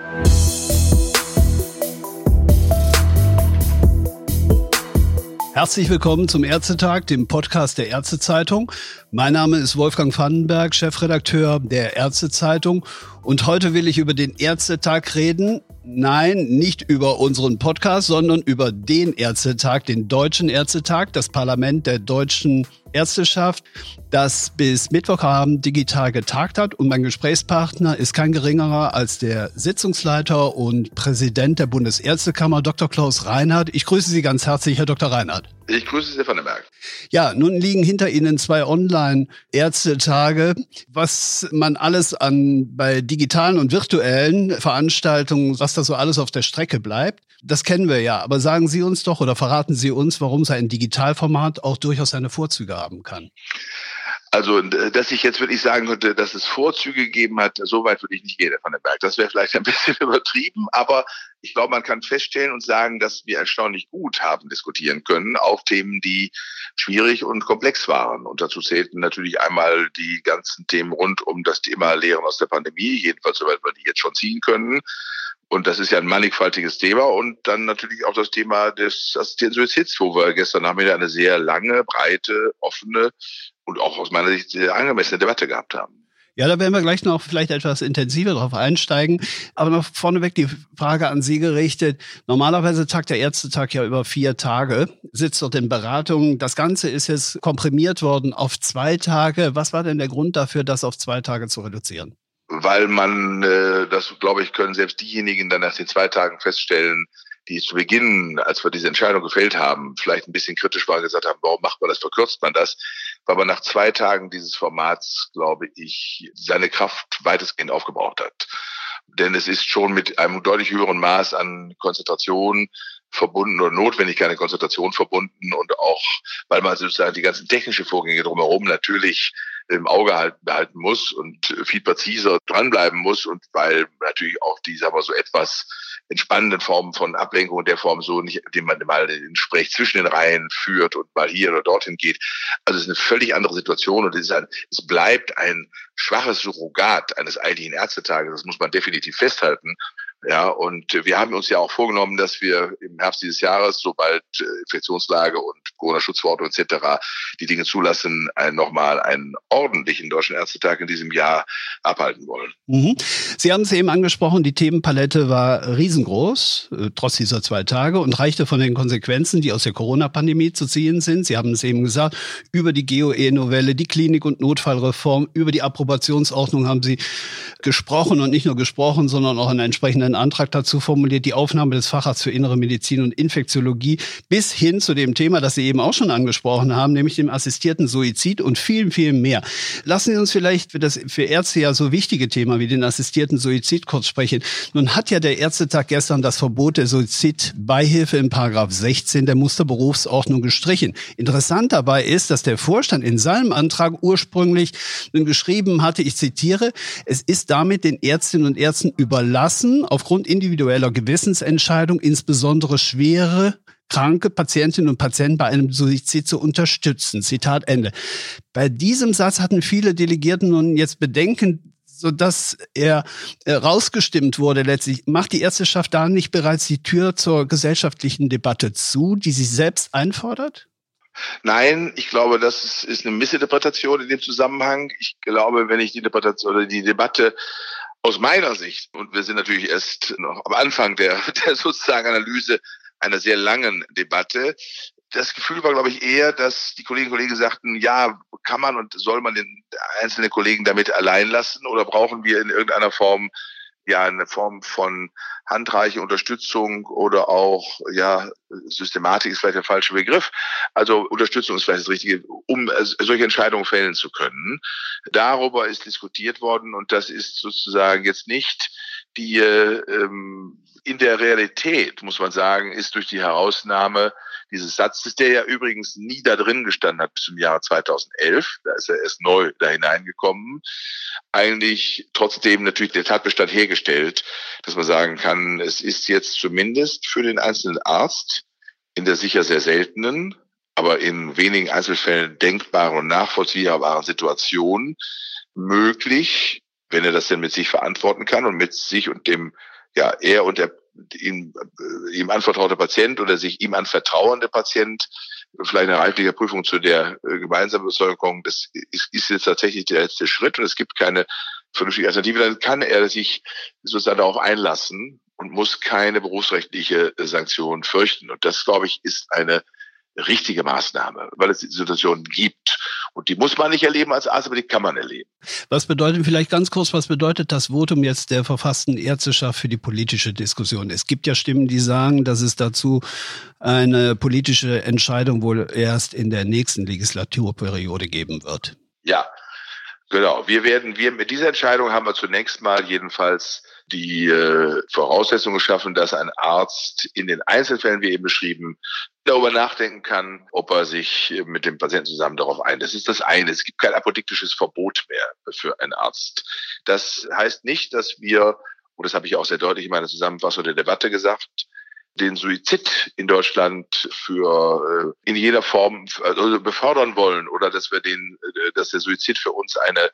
Herzlich willkommen zum Ärztetag, dem Podcast der Ärztezeitung. Mein Name ist Wolfgang Vandenberg, Chefredakteur der Ärztezeitung. Und heute will ich über den Ärztetag reden. Nein, nicht über unseren Podcast, sondern über den Ärztetag, den Deutschen Ärztetag, das Parlament der deutschen Ärzteschaft, das bis Mittwochabend digital getagt hat. Und mein Gesprächspartner ist kein geringerer als der Sitzungsleiter und Präsident der Bundesärztekammer, Dr. Klaus Reinhardt. Ich grüße Sie ganz herzlich, Herr Dr. Reinhardt. Ich grüße Sie, Vandenberg. Ja, nun liegen hinter Ihnen 2 Online-Ärztetage. Was man alles bei digitalen und virtuellen Veranstaltungen, was da so alles auf der Strecke bleibt, das kennen wir ja. Aber sagen Sie uns doch oder verraten Sie uns, warum so ein Digitalformat auch durchaus seine Vorzüge haben kann. Also, dass ich jetzt wirklich sagen könnte, dass es Vorzüge gegeben hat, so weit würde ich nicht gehen, Herr Vandenberg. Das wäre vielleicht ein bisschen übertrieben, aber ich glaube, man kann feststellen und sagen, dass wir erstaunlich gut haben diskutieren können, auch Themen, die schwierig und komplex waren. Und dazu zählten natürlich einmal die ganzen Themen rund um das Thema Lehren aus der Pandemie, jedenfalls soweit wir die jetzt schon ziehen können. Und das ist ja ein mannigfaltiges Thema. Und dann natürlich auch das Thema des assistierten Suizids, wo wir gestern Nachmittag eine sehr lange, breite, offene und auch aus meiner Sicht sehr angemessene Debatte gehabt haben. Ja, da werden wir gleich noch vielleicht etwas intensiver drauf einsteigen. Aber noch vorneweg die Frage an Sie gerichtet. Normalerweise tagt der Ärztetag ja über 4 Tage, sitzt dort in Beratungen. Das Ganze ist jetzt komprimiert worden auf 2 Tage. Was war denn der Grund dafür, das auf 2 Tage zu reduzieren? Weil man, das glaube ich, können selbst diejenigen dann nach den 2 Tagen feststellen, die zu Beginn, als wir diese Entscheidung gefällt haben, vielleicht ein bisschen kritisch waren, gesagt haben, warum macht man das, verkürzt man das? Weil man nach 2 Tagen dieses Formats, glaube ich, seine Kraft weitestgehend aufgebraucht hat. Denn es ist schon mit einem deutlich höheren Maß an Konzentration verbunden oder Notwendigkeit an Konzentration verbunden und auch, weil man sozusagen die ganzen technischen Vorgänge drumherum natürlich im Auge behalten muss und viel präziser dranbleiben muss und weil natürlich auch die, sagen wir so, etwas entspannenden Formen von Ablenkung in der Form so nicht, indem man mal ein Gespräch zwischen den Reihen führt und mal hier oder dorthin geht. Also es ist eine völlig andere Situation und es bleibt ein schwaches Surrogat eines eigentlichen Ärztetages. Das muss man definitiv festhalten. Ja, und wir haben uns ja auch vorgenommen, dass wir im Herbst dieses Jahres, sobald Infektionslage und Corona-Schutzverordnung etc. die Dinge zulassen, nochmal einen ordentlichen Deutschen Ärztetag in diesem Jahr abhalten wollen. Mhm. Sie haben es eben angesprochen, die Themenpalette war riesengroß, trotz dieser 2 Tage und reichte von den Konsequenzen, die aus der Corona-Pandemie zu ziehen sind. Sie haben es eben gesagt, über die GOE-Novelle, die Klinik- und Notfallreform, über die Approbationsordnung haben Sie gesprochen und nicht nur gesprochen, sondern auch einen entsprechenden Antrag dazu formuliert, die Aufnahme des Facharztes für Innere Medizin und Infektiologie bis hin zu dem Thema, das Sie eben auch schon angesprochen haben, nämlich dem assistierten Suizid und viel, viel mehr. Lassen Sie uns vielleicht für das für Ärzte ja so wichtige Thema wie den assistierten Suizid kurz sprechen. Nun hat ja der Ärztetag gestern das Verbot der Suizidbeihilfe in § 16 der Musterberufsordnung gestrichen. Interessant dabei ist, dass der Vorstand in seinem Antrag ursprünglich geschrieben hatte, ich zitiere, es ist damit den Ärztinnen und Ärzten überlassen, aufgrund individueller Gewissensentscheidung insbesondere schwere kranke Patientinnen und Patienten bei einem Suizid zu unterstützen. Zitat Ende. Bei diesem Satz hatten viele Delegierten nun jetzt Bedenken, sodass er rausgestimmt wurde letztlich. Macht die Ärzteschaft da nicht bereits die Tür zur gesellschaftlichen Debatte zu, die sie selbst einfordert? Nein, ich glaube, das ist eine Missinterpretation in dem Zusammenhang. Ich glaube, wenn ich die Interpretation oder die Debatte aus meiner Sicht, und wir sind natürlich erst noch am Anfang der sozusagen Analyse einer sehr langen Debatte, das Gefühl war, glaube ich, eher, dass die Kolleginnen und Kollegen sagten, ja, kann man und soll man den einzelnen Kollegen damit allein lassen oder brauchen wir in irgendeiner Form ja eine Form von handreiche Unterstützung oder auch, ja, Systematik ist vielleicht der falsche Begriff. Also Unterstützung ist vielleicht das Richtige, um solche Entscheidungen fällen zu können. Darüber ist diskutiert worden und das ist sozusagen jetzt nicht die, in der Realität, muss man sagen, ist durch die Herausnahme dieses Satzes, der ja übrigens nie da drin gestanden hat bis zum Jahre 2011, da ist er erst neu da hineingekommen, eigentlich trotzdem natürlich der Tatbestand hergestellt, dass man sagen kann, es ist jetzt zumindest für den einzelnen Arzt in der sicher sehr seltenen, aber in wenigen Einzelfällen denkbaren und nachvollziehbaren Situation möglich, wenn er das denn mit sich verantworten kann und mit sich und dem ja, er und der ihm anvertraute Patient oder sich ihm anvertrauende Patient vielleicht eine rechtliche Prüfung zu der gemeinsamen Überzeugung kommen, das ist jetzt tatsächlich der letzte Schritt und es gibt keine vernünftige Alternative, dann kann er sich sozusagen darauf einlassen und muss keine berufsrechtliche Sanktion fürchten. Und das, glaube ich, ist eine richtige Maßnahme, weil es die Situation gibt. Und die muss man nicht erleben als Arzt, aber die kann man erleben. Was bedeutet, vielleicht ganz kurz, was bedeutet das Votum jetzt der verfassten Ärzteschaft für die politische Diskussion? Es gibt ja Stimmen, die sagen, dass es dazu eine politische Entscheidung wohl erst in der nächsten Legislaturperiode geben wird. Ja, genau. Wir mit dieser Entscheidung haben wir zunächst mal jedenfalls die Voraussetzung geschaffen, dass ein Arzt in den Einzelfällen, wie eben beschrieben, darüber nachdenken kann, ob er sich mit dem Patienten zusammen darauf einlässt. Das ist das eine. Es gibt kein apodiktisches Verbot mehr für einen Arzt. Das heißt nicht, dass wir, und das habe ich auch sehr deutlich in meiner Zusammenfassung der Debatte gesagt, den Suizid in Deutschland für in jeder Form befördern wollen oder dass der Suizid für uns eine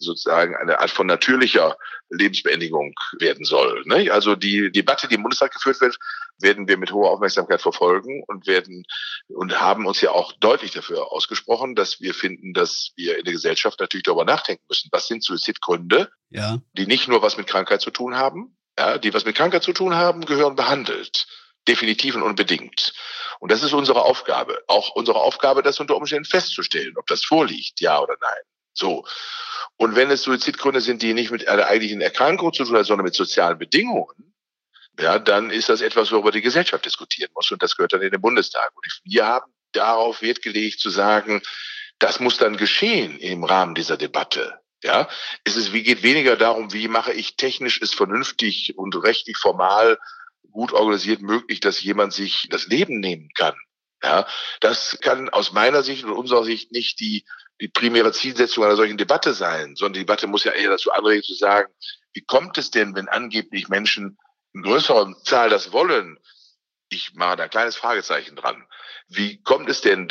Art von natürlicher Lebensbeendigung werden soll. Ne? Also die Debatte, die im Bundestag geführt wird, werden wir mit hoher Aufmerksamkeit verfolgen und haben uns ja auch deutlich dafür ausgesprochen, dass wir finden, dass wir in der Gesellschaft natürlich darüber nachdenken müssen. Was sind Suizidgründe, die nicht nur was mit Krankheit zu tun haben, die was mit Krankheit zu tun haben, gehören behandelt. Definitiv und unbedingt. Und das ist unsere Aufgabe. Auch unsere Aufgabe, das unter Umständen festzustellen, ob das vorliegt, ja oder nein. So. Und wenn es Suizidgründe sind, die nicht mit einer eigentlichen Erkrankung zu tun haben, sondern mit sozialen Bedingungen, dann ist das etwas, worüber die Gesellschaft diskutieren muss. Und das gehört dann in den Bundestag. Und wir haben darauf Wert gelegt, zu sagen, das muss dann geschehen im Rahmen dieser Debatte. Ja, geht weniger darum, wie mache ich technisch es vernünftig und rechtlich formal gut organisiert möglich, dass jemand sich das Leben nehmen kann. Ja, das kann aus meiner Sicht und unserer Sicht nicht die primäre Zielsetzung einer solchen Debatte sein, sondern die Debatte muss ja eher dazu anregen, zu sagen, wie kommt es denn, wenn angeblich Menschen in größerer Zahl das wollen? Ich mache da ein kleines Fragezeichen dran. Wie kommt es denn,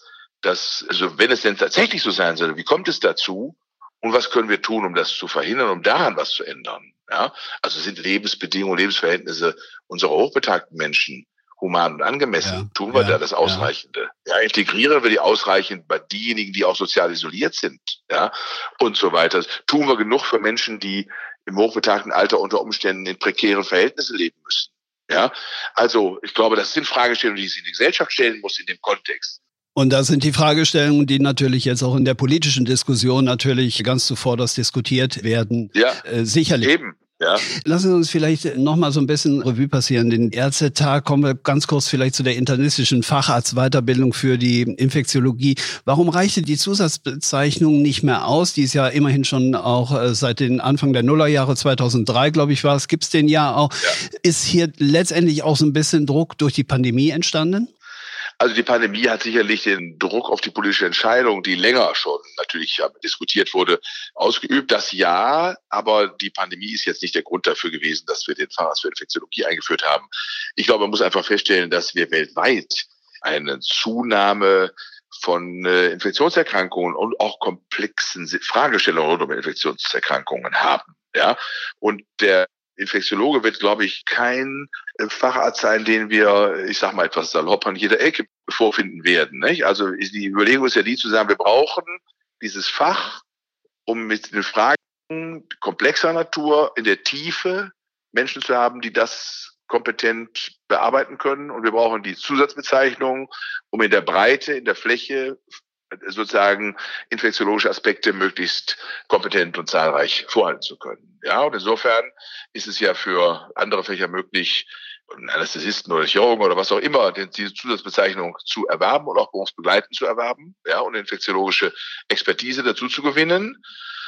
also wenn es denn tatsächlich so sein soll, wie kommt es dazu? Und was können wir tun, um das zu verhindern, um daran was zu ändern? Ja, also sind Lebensbedingungen, Lebensverhältnisse unserer hochbetagten Menschen human und angemessen? Ja, tun wir da das Ausreichende? Ja, integrieren wir die ausreichend bei diejenigen, die auch sozial isoliert sind? Ja, und so weiter. Tun wir genug für Menschen, die im hochbetagten Alter unter Umständen in prekären Verhältnissen leben müssen? Ja, also ich glaube, das sind Fragestellungen, die sich die Gesellschaft stellen muss in dem Kontext. Und das sind die Fragestellungen, die natürlich jetzt auch in der politischen Diskussion natürlich ganz zuvorderst diskutiert werden. Ja, sicherlich. Eben. Ja. Lassen Sie uns vielleicht noch mal so ein bisschen Revue passieren. Den Ärztetag, kommen wir ganz kurz vielleicht zu der internistischen Facharztweiterbildung für die Infektiologie. Warum reichte die Zusatzbezeichnung nicht mehr aus? Die ist ja immerhin schon auch seit den Anfang der Nullerjahre, 2003, glaube ich, war es, gibt's den ja auch. Ja. Ist hier letztendlich auch so ein bisschen Druck durch die Pandemie entstanden? Also die Pandemie hat sicherlich den Druck auf die politische Entscheidung, die länger schon natürlich diskutiert wurde, ausgeübt. Das ja, aber die Pandemie ist jetzt nicht der Grund dafür gewesen, dass wir den Facharzt für Infektiologie eingeführt haben. Ich glaube, man muss einfach feststellen, dass wir weltweit eine Zunahme von Infektionserkrankungen und auch komplexen Fragestellungen rund um Infektionserkrankungen haben. Ja, und der Infektiologe wird, glaube ich, kein Facharzt sein, den wir, ich sage mal etwas salopp, an jeder Ecke vorfinden werden. Nicht? Also die Überlegung ist ja die zu sagen, wir brauchen dieses Fach, um mit den Fragen komplexer Natur in der Tiefe Menschen zu haben, die das kompetent bearbeiten können. Und wir brauchen die Zusatzbezeichnung, um in der Breite, in der Fläche sozusagen infektiologische Aspekte möglichst kompetent und zahlreich vorhalten zu können. Ja, und insofern ist es ja für andere Fächer möglich, Anästhesisten oder Chirurgen oder was auch immer, diese Zusatzbezeichnung zu erwerben und auch berufsbegleitend zu erwerben, ja, und infektiologische Expertise dazu zu gewinnen,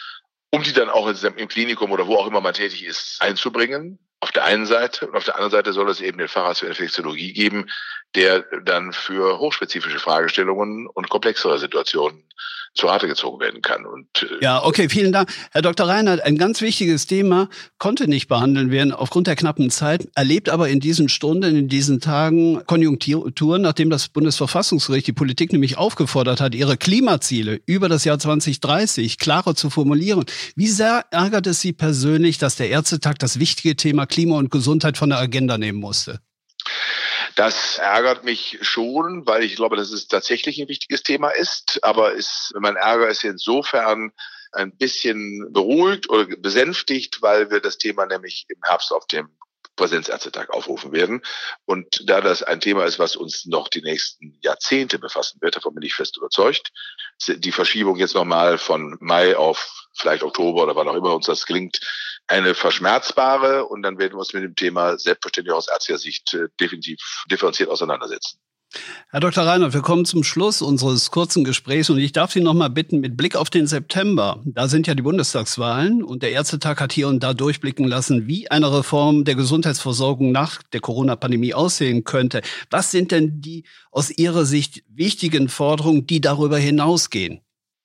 um die dann auch im Klinikum oder wo auch immer man tätig ist, einzubringen. Auf der einen Seite. Und auf der anderen Seite soll es eben den Facharzt für Infektiologie geben, der dann für hochspezifische Fragestellungen und komplexere Situationen zu Rate gezogen werden kann. Ja, okay, vielen Dank. Herr Dr. Reinert, ein ganz wichtiges Thema konnte nicht behandelt werden aufgrund der knappen Zeit, erlebt aber in diesen Stunden, in diesen Tagen Konjunkturen, nachdem das Bundesverfassungsgericht die Politik nämlich aufgefordert hat, ihre Klimaziele über das Jahr 2030 klarer zu formulieren. Wie sehr ärgert es Sie persönlich, dass der Ärztetag das wichtige Thema Klima und Gesundheit von der Agenda nehmen musste? Das ärgert mich schon, weil ich glaube, dass es tatsächlich ein wichtiges Thema ist. Aber mein Ärger ist insofern ein bisschen beruhigt oder besänftigt, weil wir das Thema nämlich im Herbst auf dem Präsenzärztetag aufrufen werden. Und da das ein Thema ist, was uns noch die nächsten Jahrzehnte befassen wird, davon bin ich fest überzeugt, die Verschiebung jetzt nochmal von Mai auf vielleicht Oktober oder wann auch immer uns das gelingt, eine verschmerzbare, und dann werden wir uns mit dem Thema selbstverständlich aus ärztlicher Sicht definitiv differenziert auseinandersetzen. Herr Dr. Reinert, wir kommen zum Schluss unseres kurzen Gesprächs und ich darf Sie noch mal bitten, mit Blick auf den September, da sind ja die Bundestagswahlen und der Ärztetag hat hier und da durchblicken lassen, wie eine Reform der Gesundheitsversorgung nach der Corona-Pandemie aussehen könnte. Was sind denn die aus Ihrer Sicht wichtigen Forderungen, die darüber hinausgehen?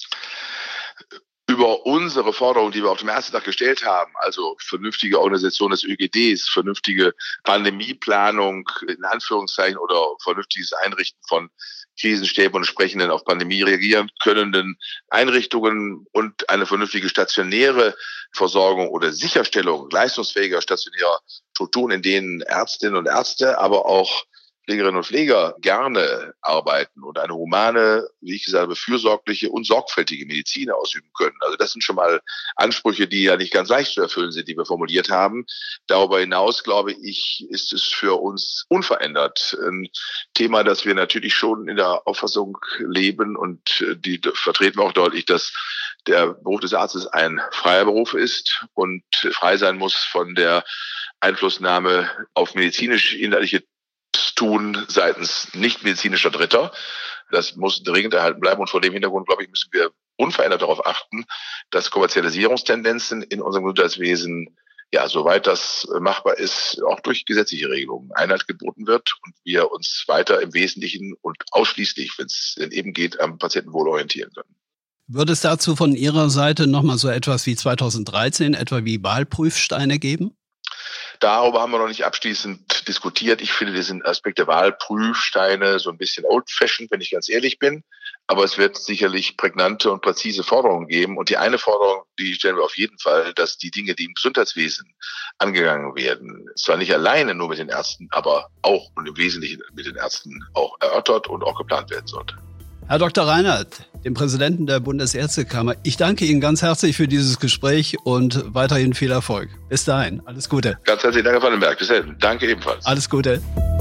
Über unsere Forderungen, die wir auf dem Ärztetag gestellt haben, also vernünftige Organisation des ÖGDs, vernünftige Pandemieplanung in Anführungszeichen oder vernünftiges Einrichten von Krisenstäben und entsprechenden auf Pandemie reagieren könnenden Einrichtungen und eine vernünftige stationäre Versorgung oder Sicherstellung leistungsfähiger stationärer Strukturen, in denen Ärztinnen und Ärzte, aber auch Pflegerinnen und Pfleger gerne arbeiten und eine humane, wie ich gesagt habe, fürsorgliche und sorgfältige Medizin ausüben können. Also das sind schon mal Ansprüche, die ja nicht ganz leicht zu erfüllen sind, die wir formuliert haben. Darüber hinaus, glaube ich, ist es für uns unverändert ein Thema, das wir natürlich schon in der Auffassung leben und die vertreten wir auch deutlich, dass der Beruf des Arztes ein freier Beruf ist und frei sein muss von der Einflussnahme auf medizinisch-inhaltliche Tun seitens nicht-medizinischer Dritter. Das muss dringend erhalten bleiben. Und vor dem Hintergrund, glaube ich, müssen wir unverändert darauf achten, dass Kommerzialisierungstendenzen in unserem Gesundheitswesen, ja, soweit das machbar ist, auch durch gesetzliche Regelungen Einhalt geboten wird und wir uns weiter im Wesentlichen und ausschließlich, wenn es denn eben geht, am Patientenwohl orientieren können. Würde es dazu von Ihrer Seite nochmal so etwas wie 2013, etwa wie Wahlprüfsteine geben? Darüber haben wir noch nicht abschließend diskutiert. Ich finde diesen Aspekt der Wahlprüfsteine so ein bisschen old-fashioned, wenn ich ganz ehrlich bin. Aber es wird sicherlich prägnante und präzise Forderungen geben. Und die eine Forderung, die stellen wir auf jeden Fall, dass die Dinge, die im Gesundheitswesen angegangen werden, zwar nicht alleine nur mit den Ärzten, aber auch und im Wesentlichen mit den Ärzten auch erörtert und auch geplant werden sollte. Herr Dr. Reinert, dem Präsidenten der Bundesärztekammer, ich danke Ihnen ganz herzlich für dieses Gespräch und weiterhin viel Erfolg. Bis dahin, alles Gute. Ganz herzlichen Dank, Herr Vandenberg. Bis dahin. Danke ebenfalls. Alles Gute.